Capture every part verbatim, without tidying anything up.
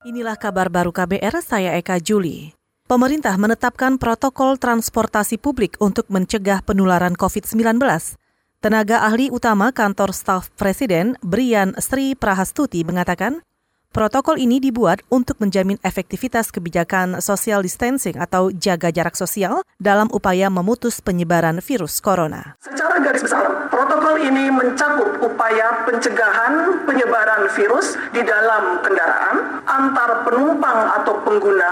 Inilah kabar baru K B R, saya Eka Juli. Pemerintah menetapkan protokol transportasi publik untuk mencegah penularan covid sembilan belas. Tenaga ahli utama kantor staf Presiden, Brian Sri Prahastuti, mengatakan protokol ini dibuat untuk menjamin efektivitas kebijakan social distancing atau jaga jarak sosial dalam upaya memutus penyebaran virus corona. Secara garis besar, protokol ini mencakup upaya pencegahan penyebaran virus di dalam kendaraan antar penumpang atau pengguna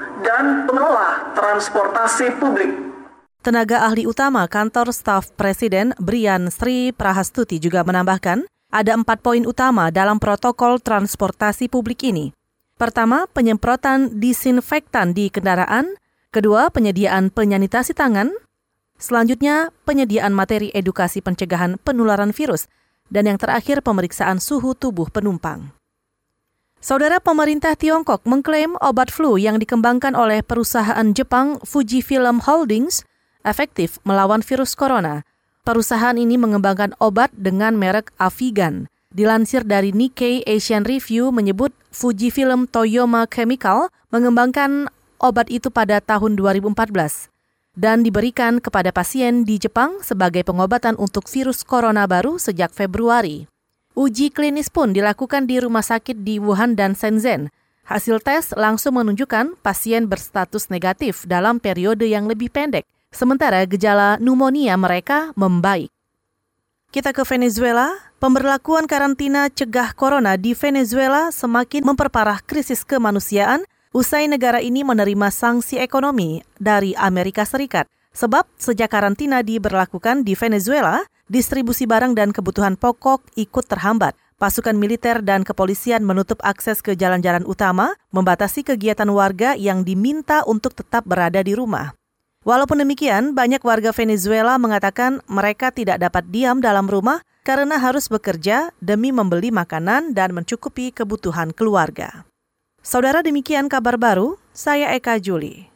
dan pengelola transportasi publik. Tenaga ahli utama kantor staf Presiden, Brian Sri Prahastuti, juga menambahkan ada empat poin utama dalam protokol transportasi publik ini. Pertama, penyemprotan disinfektan di kendaraan. Kedua, penyediaan penyanitasi tangan. Selanjutnya, penyediaan materi edukasi pencegahan penularan virus. Dan yang terakhir, pemeriksaan suhu tubuh penumpang. Saudara, pemerintah Tiongkok mengklaim obat flu yang dikembangkan oleh perusahaan Jepang Fujifilm Holdings efektif melawan virus corona. Perusahaan ini mengembangkan obat dengan merek Avigan. Dilansir dari Nikkei Asian Review menyebut Fujifilm Toyoma Chemical mengembangkan obat itu pada tahun dua ribu empat belas dan diberikan kepada pasien di Jepang sebagai pengobatan untuk virus corona baru sejak Februari. Uji klinis pun dilakukan di rumah sakit di Wuhan dan Shenzhen. Hasil tes langsung menunjukkan pasien berstatus negatif dalam periode yang lebih pendek, sementara gejala pneumonia mereka membaik. Kita ke Venezuela. Pemberlakuan karantina cegah corona di Venezuela semakin memperparah krisis kemanusiaan usai negara ini menerima sanksi ekonomi dari Amerika Serikat. Sebab sejak karantina diberlakukan di Venezuela, distribusi barang dan kebutuhan pokok ikut terhambat. Pasukan militer dan kepolisian menutup akses ke jalan-jalan utama, membatasi kegiatan warga yang diminta untuk tetap berada di rumah. Walaupun demikian, banyak warga Venezuela mengatakan mereka tidak dapat diam dalam rumah karena harus bekerja demi membeli makanan dan mencukupi kebutuhan keluarga. Saudara, demikian kabar baru, saya Eka Juli.